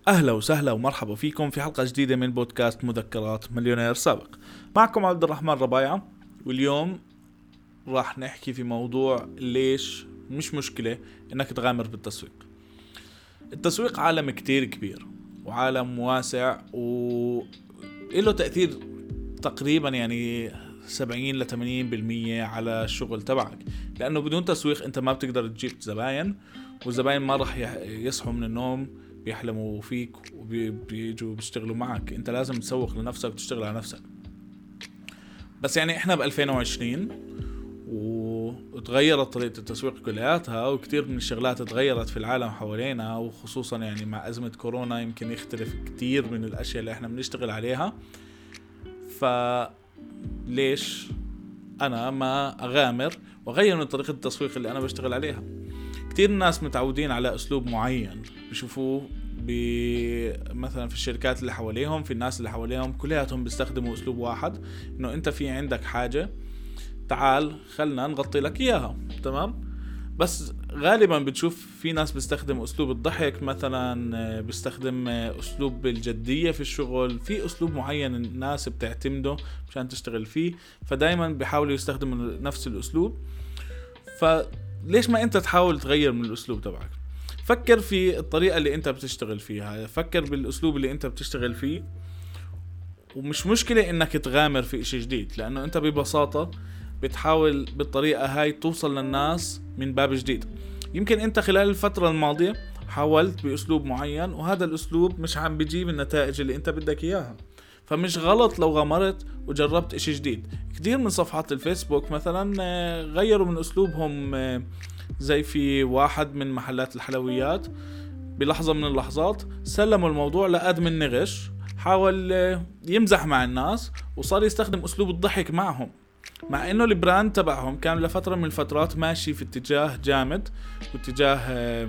أهلا وسهلا ومرحبا فيكم في حلقة جديدة من بودكاست مذكرات مليونير سابق. معكم عبد الرحمن ربايعة، واليوم راح نحكي في موضوع ليش مش مشكلة إنك تغامر بالتسويق. التسويق عالم كتير كبير وعالم واسع وإله تأثير تقريبا 70 ل 80% على الشغل تبعك، لأنه بدون تسويق أنت ما بتقدر تجيب زباين، والزباين ما راح يصحوا من النوم بيحلموا فيك وبيجوا بيشتغلوا معك. انت لازم تسوق لنفسك وتشتغل على نفسك. بس احنا ب2020 وتغيرت طريقة التسويق كلياتها، وكتير من الشغلات تغيرت في العالم حوالينا، وخصوصا مع أزمة كورونا يمكن يختلف كتير من الأشياء اللي احنا بنشتغل عليها. فليش أنا ما أغامر وأغير من طريقة التسويق اللي أنا بشتغل عليها؟ كتير الناس متعودين على أسلوب معين بيشوفوه مثلا في الشركات اللي حواليهم، في الناس اللي حواليهم كلياتهم بيستخدموا أسلوب واحد، إنه أنت في عندك حاجة تعال خلنا نغطي لك إياها، تمام؟ بس غالبا بتشوف في ناس بيستخدم أسلوب الضحك، مثلا بيستخدم أسلوب الجدية في الشغل، في أسلوب معين الناس بتعتمده مشان تشتغل فيه، فدايما بيحاولوا يستخدموا نفس الأسلوب. ليش ما انت تحاول تغير من الاسلوب تبعك؟ فكر في الطريقة اللي انت بتشتغل فيها، فكر بالاسلوب اللي انت بتشتغل فيه، ومش مشكلة انك تغامر في اشي جديد، لانه انت ببساطة بتحاول بالطريقة هاي توصل للناس من باب جديد. يمكن انت خلال الفترة الماضية حاولت باسلوب معين وهذا الاسلوب مش عم بيجيب النتائج اللي انت بدك اياها، فمش غلط لو غمرت وجربت اشي جديد. كتير من صفحات الفيسبوك مثلا غيروا من اسلوبهم، زي في واحد من محلات الحلويات بلحظة من اللحظات سلموا الموضوع لأدمن نغش، حاول يمزح مع الناس وصار يستخدم اسلوب الضحك معهم، مع انه البراند تبعهم كان لفترة من الفترات ماشي في اتجاه جامد واتجاه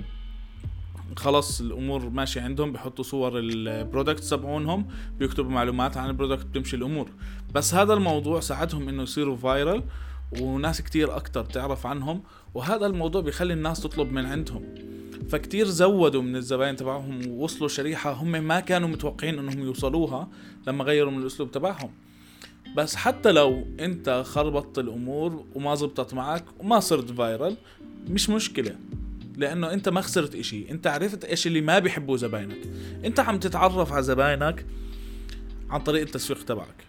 خلاص الامور ماشي عندهم، بيحطوا صور البرودكت تبعونهم، بيكتبوا معلومات عن البرودكت، بتمشي الامور. بس هذا الموضوع ساعدهم انه يصيروا فايرال وناس كتير اكتر تعرف عنهم، وهذا الموضوع بيخلي الناس تطلب من عندهم، فكتير زودوا من الزبائن تبعهم ووصلوا شريحة هم ما كانوا متوقعين انهم يوصلوها لما غيروا من الاسلوب تبعهم. بس حتى لو انت خربطت الامور وما زبطت معك وما صرت فايرال، مش مشكلة، لانه انت ما خسرت اشي، انت عرفت ايش اللي ما بيحبوا زباينك، انت عم تتعرف على زباينك عن طريق التسويق تبعك.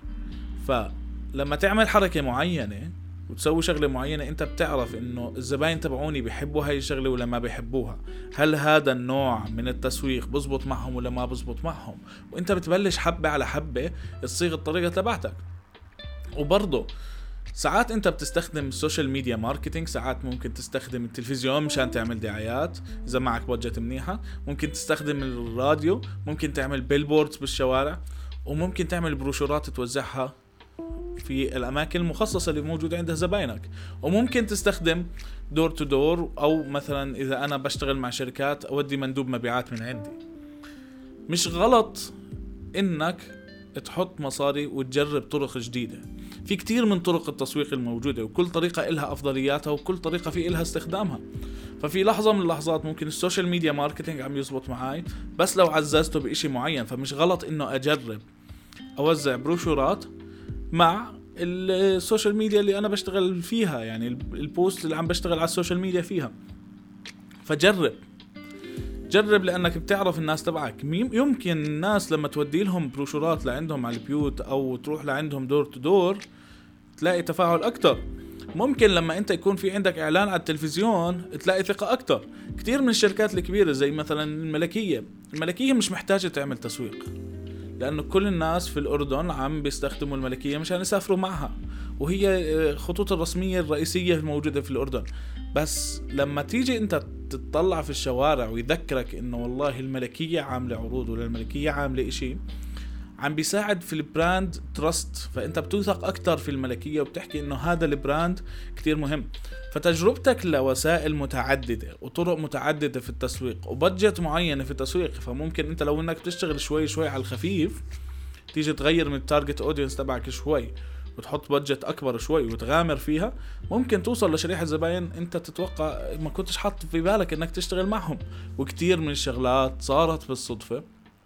فلما تعمل حركة معينة وتسوي شغلة معينة، انت بتعرف انه الزباين تبعوني بيحبوا هاي الشغلة ولا ما بيحبوها، هل هذا النوع من التسويق بزبط معهم ولا ما بزبط معهم، وانت بتبلش حبة على حبة تصيغ الطريقة تبعتك. وبرضه ساعات انت بتستخدم السوشيال ميديا ماركتينج، ساعات ممكن تستخدم التلفزيون مشان تعمل دعايات اذا معك بودجت منيحة، ممكن تستخدم الراديو، ممكن تعمل بيلبوردز بالشوارع، وممكن تعمل بروشورات توزعها في الاماكن المخصصة اللي موجودة عندها زباينك، وممكن تستخدم دور تو دور، او مثلا اذا انا بشتغل مع شركات اودي مندوب مبيعات من عندي. مش غلط انك تحط مصاري وتجرب طرق جديدة، في كتير من طرق التسويق الموجودة، وكل طريقة إلها أفضلياتها وكل طريقة في إلها استخدامها. ففي لحظة من اللحظات ممكن السوشيال ميديا ماركتينج عم يزبط معاي، بس لو عززته بإشي معين، فمش غلط إنه أجرب أوزع بروشورات مع السوشيال ميديا اللي أنا بشتغل فيها، البوست اللي عم بشتغل على السوشيال ميديا فيها. فجرب لأنك بتعرف الناس تبعك. يمكن الناس لما تودي لهم بروشورات لعندهم على البيوت أو تروح لعندهم دور تو دور تلاقي تفاعل أكتر. ممكن لما أنت يكون في عندك إعلان على التلفزيون تلاقي ثقة أكتر. كتير من الشركات الكبيرة زي مثلا الملكية مش محتاجة تعمل تسويق، لأنه كل الناس في الأردن عم بيستخدموا الملكية مشان يسافروا معها، وهي خطوط الرسمية الرئيسية الموجودة في الأردن. بس لما تيجي أنت تطلع في الشوارع ويذكرك إنه والله الملكية عاملة عروض ولا الملكية عاملة إشي، عم بيساعد في البراند تراست، فأنت بتوثق أكتر في الملكية وبتحكي إنه هذا البراند كتير مهم. فتجربتك لوسائل متعددة وطرق متعددة في التسويق وبادجت معينة في التسويق، فممكن أنت لو إنك تشتغل شوي على الخفيف تيجي تغير من التارجت اودينس تبعك شوي وتحط بادجت أكبر شوي وتغامر فيها، ممكن توصل لشريحة زباين أنت تتوقع ما كنتش حاط في بالك إنك تشتغل معهم. وكتير من الشغلات صارت بالصدفة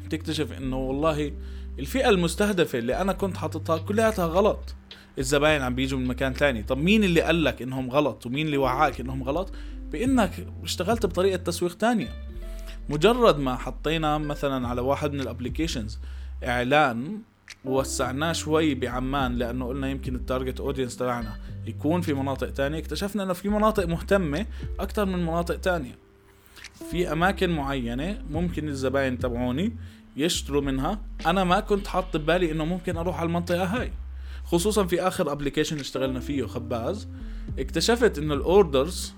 بتكتشف انه والله الفئة المستهدفة اللي انا كنت حاططها كلها غلط. الزباين عم بيجوا من مكان تاني. طب مين اللي قال لك انهم غلط ومين اللي وعاك انهم غلط؟ بانك اشتغلت بطريقة تسويق تانية. مجرد ما حطينا مثلا على واحد من الابليكيشنز اعلان ووسعناه شوي بعمان، لانه قلنا يمكن التارجت اودينس تبعنا يكون في مناطق تانية، اكتشفنا انه في مناطق مهتمة اكتر من مناطق تانية. في اماكن معينة ممكن الزباين تبعوني يشتروا منها، انا ما كنت حاط ببالي انه ممكن اروح على المنطقة هاي. خصوصا في اخر ابليكيشن اشتغلنا فيه خباز، اكتشفت انه الاوردرز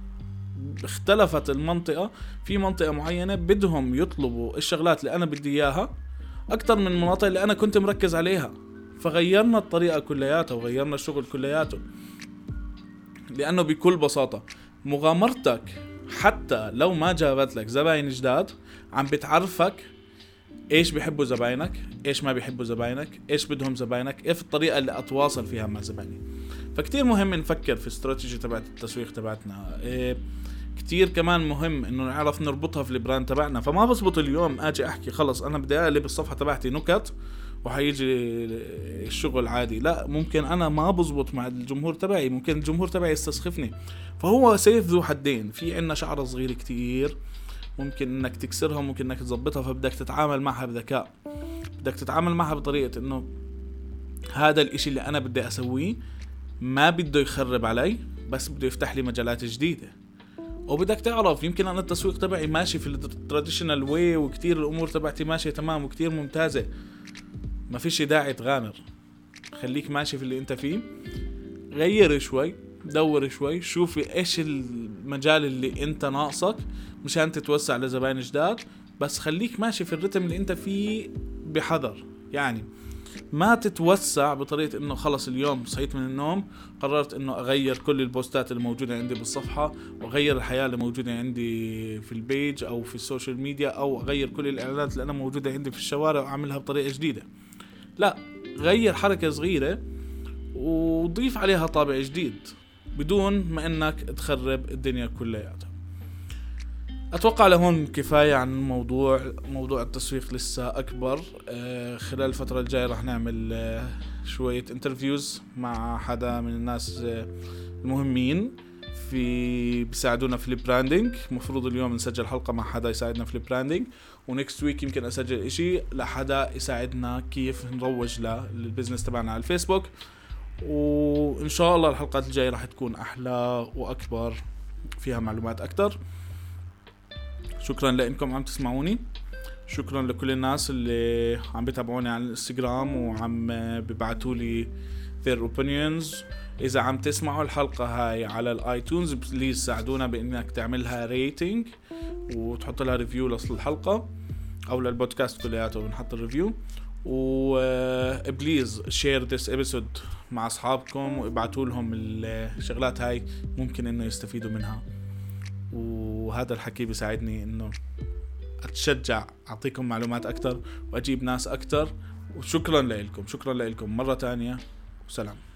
اختلفت المنطقة. في منطقة معينة بدهم يطلبوا الشغلات اللي انا بدي اياها اكتر من المناطق اللي انا كنت مركز عليها، فغيرنا الطريقة كلياته وغيرنا الشغل كلياته. لانه بكل بساطة مغامرتك حتى لو ما جابت لك زباين جداد عم بتعرفك ايش بيحبوا زباينك، ايش ما بيحبوا زباينك، ايش بدهم زباينك، ايش الطريقة اللي اتواصل فيها مع زبايني. فكتير مهم نفكر في استراتيجي تبعت التسويق تبعتنا. كتير كمان مهم انه نعرف نربطها في البراند تبعنا. فما بزبط اليوم اجي احكي خلص انا بدي اقلب الصفحة تبعتي نكت وحيجي الشغل عادي. لا، ممكن انا ما بزبط مع الجمهور تبعي، ممكن الجمهور تبعي يستسخفني. فهو سيف ذو حدين. في عنا شعر صغير كتير ممكن انك تكسرها، ممكن انك تزبطها. فبدك تتعامل معها بذكاء، بدك تتعامل معها بطريقة انه هذا الاشي اللي انا بدي اسويه ما بده يخرب علي، بس بده يفتح لي مجالات جديدة. وبدك تعرف يمكن انا التسويق تبعي ماشي في التراديشنال واي وكتير الامور تبعتي ماشية تمام وكتير ممتازة، ما فيش داعي تغامر. خليك ماشي في اللي انت فيه، غير شوي، دور شوي، شوف ايش المجال اللي انت ناقصك مشان تتوسع لزباين جداد. بس خليك ماشي في الرتم اللي انت فيه بحذر. يعني ما تتوسع بطريقة انه خلص اليوم صحيت من النوم قررت انه اغير كل البوستات الموجودة عندي بالصفحة واغير الحياة اللي موجودة عندي في البيج او في السوشيال ميديا، او اغير كل الاعلانات اللي انا موجودة عندي في الشوارع واعملها بطريقة جديدة. لا، غير حركة صغيرة وضيف عليها طابع جديد بدون ما انك تخرب الدنيا كلها. اتوقع لهون كفاية عن موضوع التسويق. لسه اكبر. خلال الفترة الجاية رح نعمل شوية انترفيوز مع حدا من الناس المهمين بيساعدونا في البراندنج. مفروض اليوم نسجل حلقة مع حدا يساعدنا في البراندنج، ونكست ويك يمكن اسجل اشي لحدا يساعدنا كيف نروج للبزنس تبعنا على الفيسبوك. وإن شاء الله الحلقات الجاية راح تكون أحلى وأكبر، فيها معلومات أكتر. شكرا لأنكم عم تسمعوني. شكرا لكل الناس اللي عم بيتابعوني على الانستغرام وعم بيبعتوا لي their opinions. إذا عم تسمعوا الحلقة هاي على الآيتونز بليز ساعدونا بإنك تعملها ريتنج وتحط لها ريفيو لأصل الحلقة أو للبودكاست كلياته ونحط الريفيو. وبليز شير this episode مع أصحابكم وابعتوا لهم الشغلات هاي ممكن إنه يستفيدوا منها. وهذا الحكي بيساعدني إنه أتشجع أعطيكم معلومات أكتر وأجيب ناس أكتر. وشكرا لكم مرة تانية وسلام.